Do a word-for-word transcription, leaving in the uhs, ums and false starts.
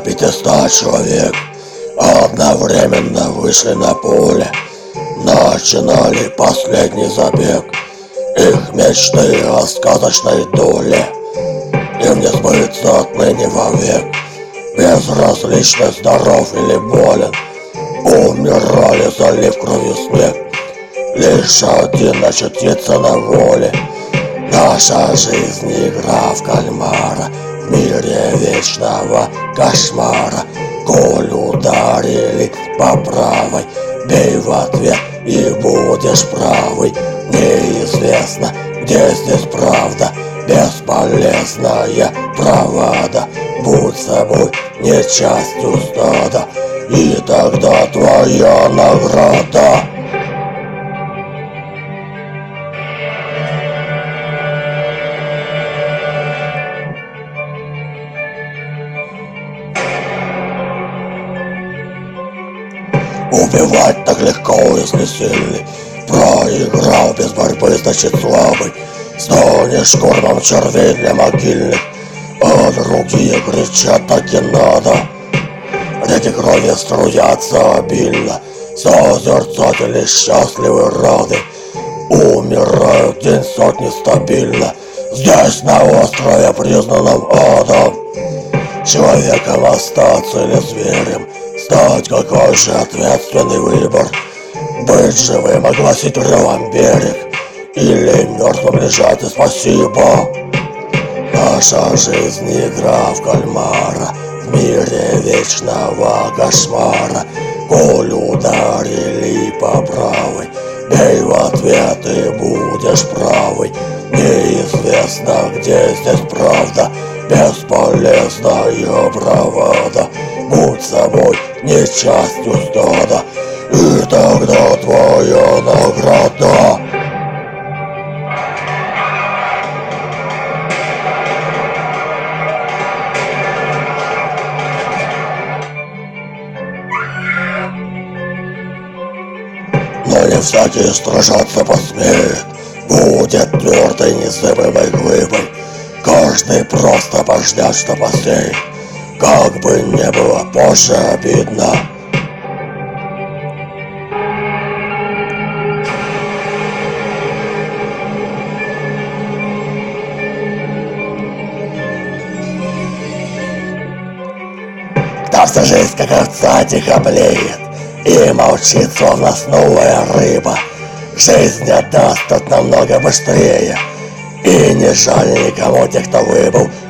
пятьсот человек одновременно вышли на поле, начинали последний забег. Их мечты о сказочной доле им не сбыться отныне вовек. Безразлично здоров или болен, умирали, залив кровью снег. Лишь один очутится на воле. Наша жизнь игра в кальмара, в мире вечного кошмара. Коль ударили по правой, бей в ответ и будешь правый. Неизвестно, где здесь правда, бесполезная бравада. Будь собой, не частью стада, и тогда твоя награда. Убивать так легко, если сильный. Проиграл без борьбы, значит слабый. Станешь кормом червей для могильных, а другие кричат: так и надо. Реки крови струятся обильно, созерцатели счастливы рады. Умирают день сотни стабильно, здесь на острове, признанном адом. Человеком остаться или зверем, стать какой же ответственный выбор. Быть живым, огласить ревом берег, или мертвым лежать и спасибо. Наша жизнь игра в кальмара, в мире вечного кошмара. Коль ударили по правой, бей в ответ и будешь правый. Неизвестно, где здесь правда, бесполезная бравада. Будь собой, не частью стада, и тогда твоя награда. Но не всякий сражаться посмеет, будет твердой незыблемой глыбой. Каждый просто пожнет, что посеет, как бы не было позже обидно. Кто всю жизнь как овца тихо блеет и молчит, словно снулая рыба. Жизнь отдаст тут намного быстрее, и не жаль никому тех, кто выбыл